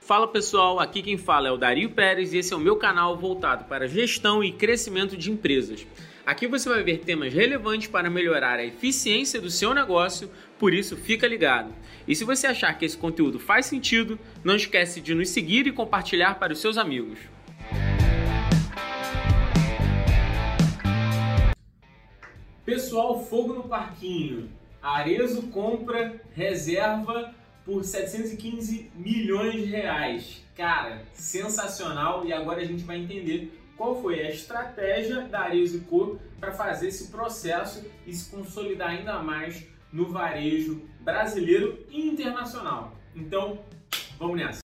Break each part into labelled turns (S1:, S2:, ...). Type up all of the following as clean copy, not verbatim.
S1: Fala pessoal, aqui quem fala é o Dario Pérez e esse é o meu canal voltado para gestão e crescimento de empresas. Aqui você vai ver temas relevantes para melhorar a eficiência do seu negócio, por isso fica ligado. E se você achar que esse conteúdo faz sentido, não esquece de nos seguir e compartilhar para os seus amigos. Pessoal, fogo no parquinho. A Arezzo compra reserva por 715 milhões de reais. Cara, sensacional, e agora a gente vai entender qual foi a estratégia da Arezzo Co para fazer esse processo e se consolidar ainda mais no varejo brasileiro e internacional. Então, vamos nessa.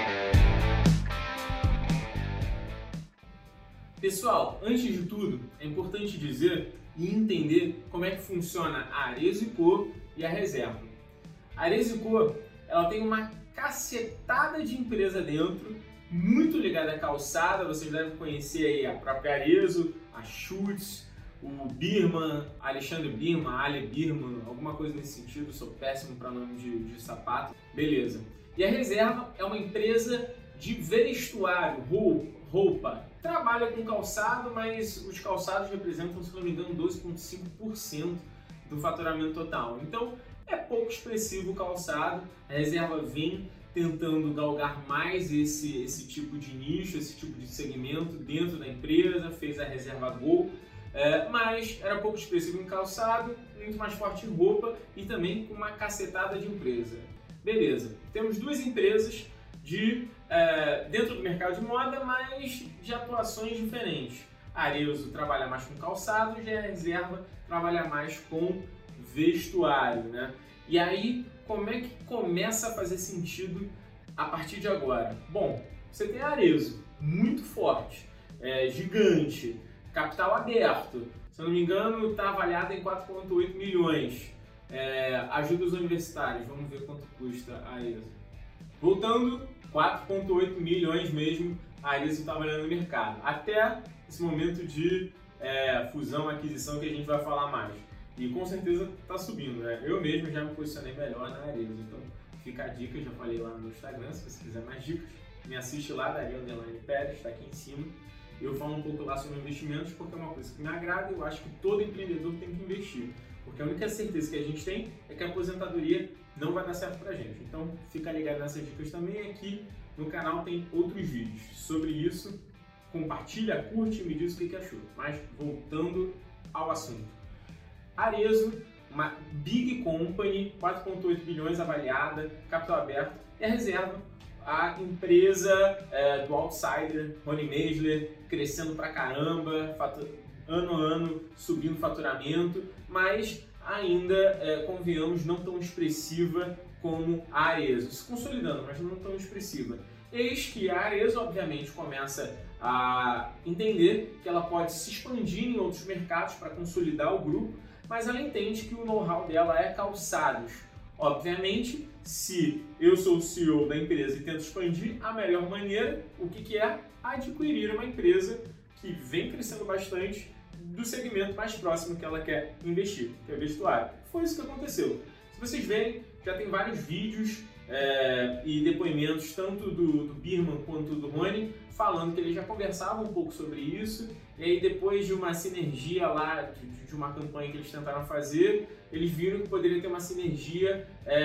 S1: Pessoal, antes de tudo, é importante dizer e entender como é que funciona a Arezzo Co e a reserva. A Arezzo Co, ela tem uma cacetada de empresa dentro, muito ligada à calçada. Vocês devem conhecer aí a própria Arezzo, a Schutz, o Birman, Alexandre Birman, Ale Birman, alguma coisa nesse sentido. Sou péssimo para nome de sapato. Beleza. E a reserva é uma empresa de vestuário, roupa. Trabalha com calçado, mas os calçados representam, se não me engano, 12,5% do faturamento total. Então, é pouco expressivo o calçado. A reserva vem tentando galgar mais esse tipo de nicho, esse tipo de segmento dentro da empresa, fez a reserva Go, mas era pouco expressivo em calçado, muito mais forte em roupa e também com uma cacetada de empresa. Beleza, temos duas empresas dentro do mercado de moda, mas de atuações diferentes. A Arezzo trabalha mais com calçado e a reserva trabalha mais com vestuário, né? E aí, como é que começa a fazer sentido a partir de agora? Bom, você tem a Arezzo, muito forte, gigante, capital aberto, se eu não me engano está avaliada em 4,8 milhões, ajudas universitárias, vamos ver quanto custa a Arezzo. Voltando, 4,8 milhões mesmo a Arezzo está avaliando no mercado, até esse momento de fusão, aquisição que a gente vai falar mais. E com certeza está subindo, né? Eu mesmo já me posicionei melhor na Arezzo, então fica a dica, já falei lá no meu Instagram, se você quiser mais dicas, me assiste lá, Dario_Pérez, está aqui em cima. Eu falo um pouco lá sobre investimentos, porque é uma coisa que me agrada e eu acho que todo empreendedor tem que investir. Porque a única certeza que a gente tem é que a aposentadoria não vai dar certo pra gente. Então fica ligado nessas dicas também. Aqui no canal tem outros vídeos sobre isso. Compartilha, curte e me diz o que achou. Mas voltando ao assunto. Arezzo, uma big company, 4,8 bilhões avaliada, capital aberto, e a reserva, a empresa do outsider, Rony Meisler, crescendo pra caramba, ano a ano subindo faturamento, mas ainda, convenhamos, não tão expressiva como a Arezzo, se consolidando, mas não tão expressiva. Eis que a Arezzo, obviamente, começa a entender que ela pode se expandir em outros mercados para consolidar o grupo, mas ela entende que o know-how dela é calçados. Obviamente, se eu sou o CEO da empresa e tento expandir, a melhor maneira, o que é? Adquirir uma empresa que vem crescendo bastante do segmento mais próximo que ela quer investir, que é vestuário. Foi isso que aconteceu. Se vocês verem, já tem vários vídeos e depoimentos, tanto do Birman quanto do Rony, falando que eles já conversavam um pouco sobre isso, e aí depois de uma sinergia lá, de uma campanha que eles tentaram fazer, eles viram que poderia ter uma sinergia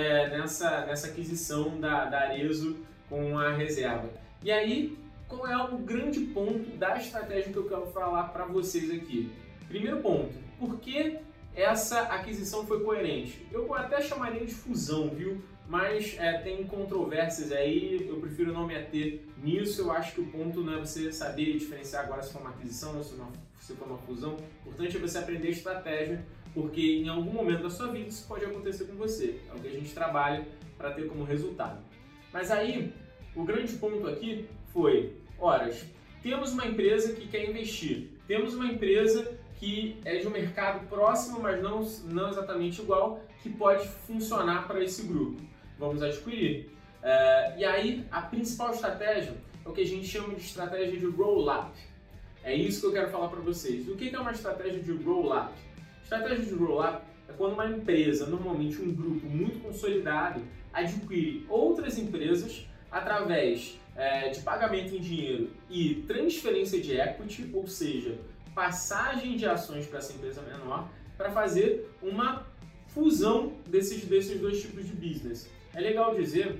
S1: nessa aquisição da Arezzo com a reserva. E aí, qual é o grande ponto da estratégia que eu quero falar para vocês aqui? Primeiro ponto, por que essa aquisição foi coerente? Eu até chamaria de fusão, viu? Mas tem controvérsias aí, eu prefiro não me ater nisso. Eu acho que o ponto não é você saber diferenciar agora se for uma aquisição ou se for uma fusão. O importante é você aprender estratégia, porque em algum momento da sua vida isso pode acontecer com você. É o que a gente trabalha para ter como resultado. Mas aí, o grande ponto aqui foi, temos uma empresa que quer investir, temos uma empresa que é de um mercado próximo, mas não exatamente igual, que pode funcionar para esse grupo. Vamos adquirir. E aí, a principal estratégia é o que a gente chama de estratégia de roll-up. É isso que eu quero falar para vocês. O que é uma estratégia de roll-up? Estratégia de roll-up é quando uma empresa, normalmente um grupo muito consolidado, adquire outras empresas através de pagamento em dinheiro e transferência de equity, ou seja, passagem de ações para essa empresa menor, para fazer uma fusão desses dois tipos de business. É legal dizer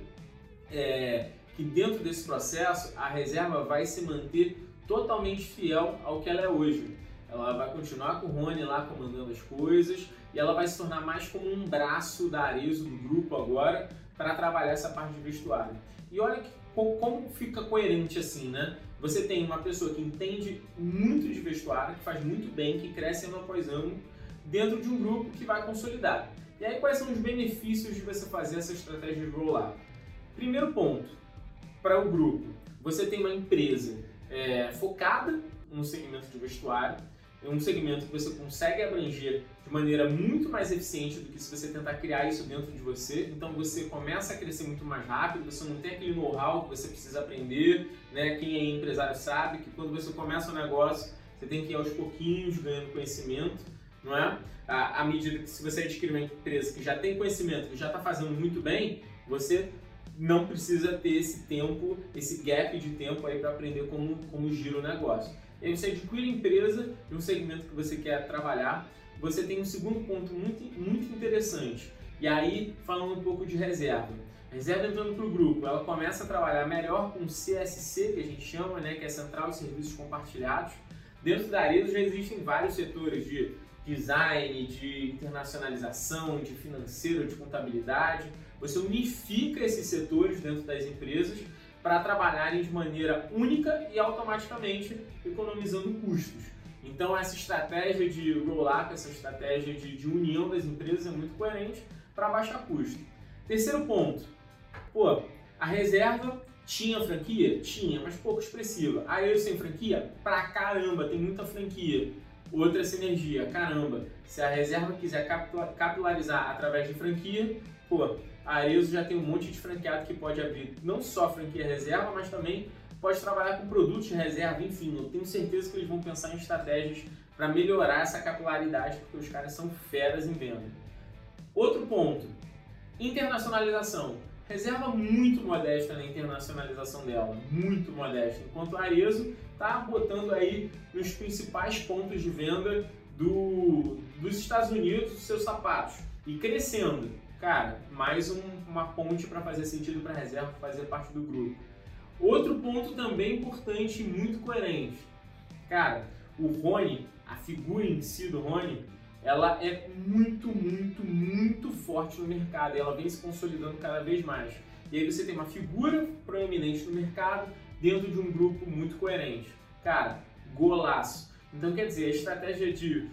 S1: que dentro desse processo a reserva vai se manter totalmente fiel ao que ela é hoje. Ela vai continuar com o Rony lá comandando as coisas e ela vai se tornar mais como um braço da Arezzo, do grupo agora, para trabalhar essa parte de vestuário. E olha como fica coerente assim, né? Você tem uma pessoa que entende muito de vestuário, que faz muito bem, que cresce ano após ano dentro de um grupo que vai consolidar. E aí quais são os benefícios de você fazer essa estratégia de roll-up? Primeiro ponto, para o grupo, você tem uma empresa focada no segmento de vestuário, é um segmento que você consegue abranger de maneira muito mais eficiente do que se você tentar criar isso dentro de você. Então você começa a crescer muito mais rápido, você não tem aquele know-how que você precisa aprender, né? Quem é empresário sabe que quando você começa um negócio, você tem que ir aos pouquinhos ganhando conhecimento, não é? À medida que se você adquirir uma empresa que já tem conhecimento, que já está fazendo muito bem, você não precisa ter esse tempo, esse gap de tempo aí para aprender como gira o negócio. E aí você adquire a empresa de um segmento que você quer trabalhar. Você tem um segundo ponto muito interessante. E aí, falando um pouco de reserva. A reserva entrando para o grupo, ela começa a trabalhar melhor com CSC, que a gente chama, né, que é Central de Serviços Compartilhados. Dentro da Arezzo já existem vários setores de design, de internacionalização, de financeiro, de contabilidade. Você unifica esses setores dentro das empresas para trabalharem de maneira única e automaticamente economizando custos. Então essa estratégia de roll-up, essa estratégia de união das empresas é muito coerente para baixar custo. Terceiro ponto, a reserva tinha franquia? Tinha, mas pouco expressiva. A Arezzo sem franquia? Pra caramba, tem muita franquia. Outra sinergia, caramba, se a reserva quiser capilarizar através de franquia, a Arezzo já tem um monte de franqueado que pode abrir não só franquia reserva, mas também pode trabalhar com produtos de reserva, enfim, eu tenho certeza que eles vão pensar em estratégias para melhorar essa capilaridade, porque os caras são feras em venda. Outro ponto, internacionalização. Reserva muito modesta na internacionalização dela, muito modesta, enquanto a Arezzo está botando aí nos principais pontos de venda dos Estados Unidos os seus sapatos e crescendo. Cara, mais uma ponte para fazer sentido para a reserva fazer parte do grupo. Outro ponto também importante e muito coerente. Cara, o Rony, a figura em si do Rony, ela é muito forte no mercado e ela vem se consolidando cada vez mais. E aí você tem uma figura proeminente no mercado dentro de um grupo muito coerente. Cara, golaço. Então quer dizer, a estratégia de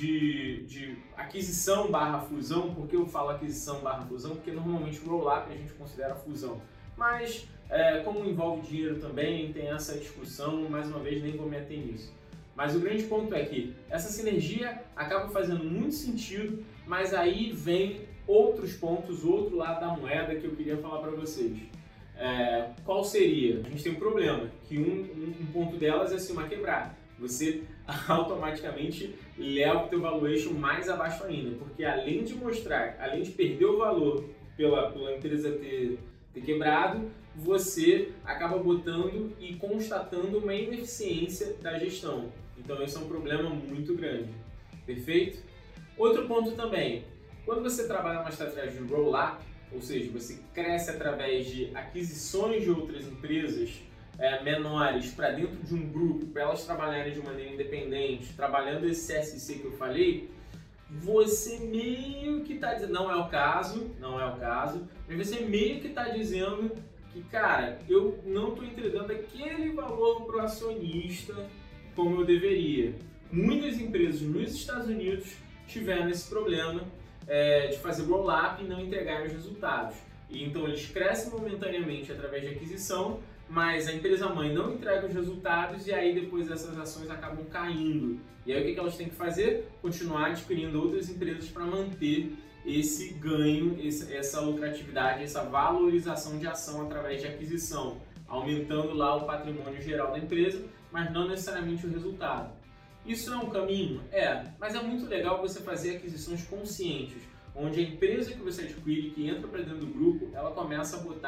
S1: aquisição barra fusão, por que eu falo aquisição barra fusão? Porque normalmente o roll-up a gente considera fusão. Mas como envolve dinheiro também, tem essa discussão, mais uma vez nem vou me ater nisso. Mas o grande ponto é que essa sinergia acaba fazendo muito sentido, mas aí vem outros pontos, outro lado da moeda que eu queria falar para vocês. Qual seria? A gente tem um problema, que um ponto delas é assim, uma quebrada. Você automaticamente leva o teu valuation mais abaixo ainda, porque além de perder o valor pela empresa ter quebrado, você acaba botando e constatando uma ineficiência da gestão. Então esse é um problema muito grande, perfeito? Outro ponto também, quando você trabalha uma estratégia de roll-up, ou seja, você cresce através de aquisições de outras empresas menores para dentro de um grupo, para elas trabalharem de maneira independente, trabalhando esse CSC que eu falei, você meio que está dizendo, não é o caso, mas você meio que está dizendo que, cara, eu não estou entregando aquele valor para o acionista como eu deveria. Muitas empresas nos Estados Unidos tiveram esse problema de fazer roll-up e não entregar os resultados. E então eles crescem momentaneamente através de aquisição, mas a empresa mãe não entrega os resultados e aí depois essas ações acabam caindo. E aí o que elas têm que fazer? Continuar adquirindo outras empresas para manter esse ganho, essa lucratividade, essa valorização de ação através de aquisição, aumentando lá o patrimônio geral da empresa, mas não necessariamente o resultado. Isso é um caminho? Mas é muito legal você fazer aquisições conscientes, onde a empresa que você adquire, que entra para dentro do grupo, ela começa a botar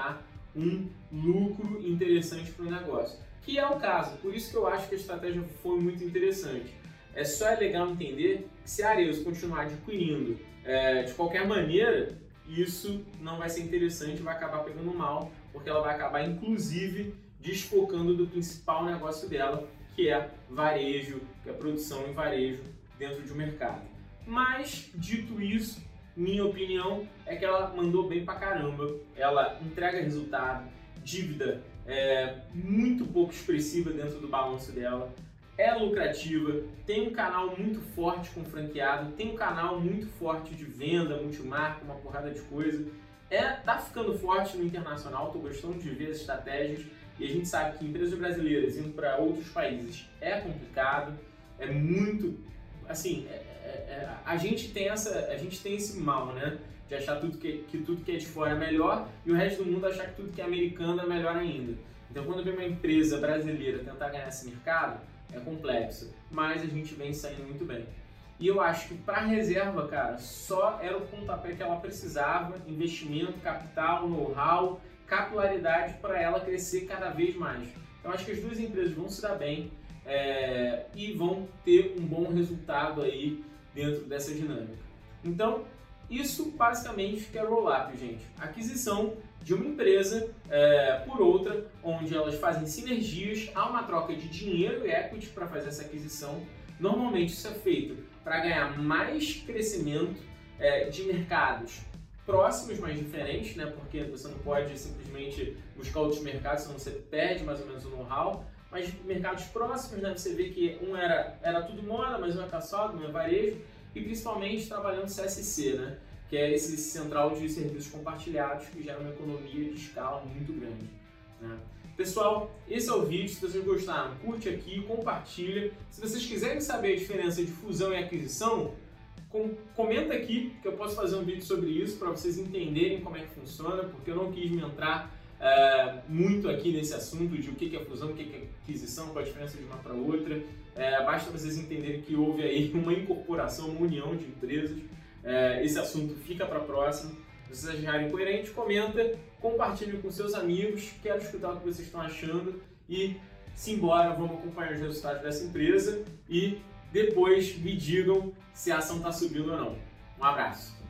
S1: um lucro interessante para o negócio, que é o caso. Por isso que eu acho que a estratégia foi muito interessante. Só é legal entender que se a Arezzo continuar adquirindo de qualquer maneira, isso não vai ser interessante, vai acabar pegando mal, porque ela vai acabar inclusive desfocando do principal negócio dela, que é varejo, que é produção em varejo dentro de um mercado. Mas, dito isso, minha opinião é que ela mandou bem pra caramba, ela entrega resultado, dívida muito pouco expressiva dentro do balanço dela, é lucrativa, tem um canal muito forte com franqueado, tem um canal muito forte de venda, multimarca, uma porrada de coisa, tá ficando forte no internacional, tô gostando de ver as estratégias, e a gente sabe que empresas brasileiras indo para outros países é complicado, é muito, assim, a gente tem esse mal, né, de achar tudo que é de fora é melhor e o resto do mundo achar que tudo que é americano é melhor ainda. Então quando vem uma empresa brasileira tentar ganhar esse mercado, é complexo, mas a gente vem saindo muito bem. E eu acho que para a reserva, cara, só era o pontapé que ela precisava, investimento, capital, know-how, capilaridade para ela crescer cada vez mais. Então acho que as duas empresas vão se dar bem e vão ter um bom resultado aí dentro dessa dinâmica. Então, isso basicamente que é roll-up, gente. Aquisição de uma empresa por outra, onde elas fazem sinergias, há uma troca de dinheiro e equity para fazer essa aquisição. Normalmente isso é feito para ganhar mais crescimento de mercados próximos, mas diferentes, né? Porque você não pode simplesmente buscar outros mercados, senão você perde mais ou menos o know-how. Mas mercados próximos, né? Você vê que um era tudo moda, mas um é calçado, um é varejo, e principalmente trabalhando CSC, né? Que é esse central de serviços compartilhados que gera uma economia de escala muito grande, né? Pessoal, esse é o vídeo. Se vocês gostaram, curte aqui, compartilha. Se vocês quiserem saber a diferença de fusão e aquisição, comenta aqui que eu posso fazer um vídeo sobre isso para vocês entenderem como é que funciona, porque eu não quis me entrar muito aqui nesse assunto de o que é fusão, o que é aquisição, qual a diferença de uma para outra. Basta vocês entenderem que houve aí uma incorporação, uma união de empresas. Esse assunto fica para a próxima. Se vocês acharem coerente, comenta, compartilhe com seus amigos, quero escutar o que vocês estão achando e simbora, vamos acompanhar os resultados dessa empresa e depois me digam se a ação está subindo ou não. Um abraço!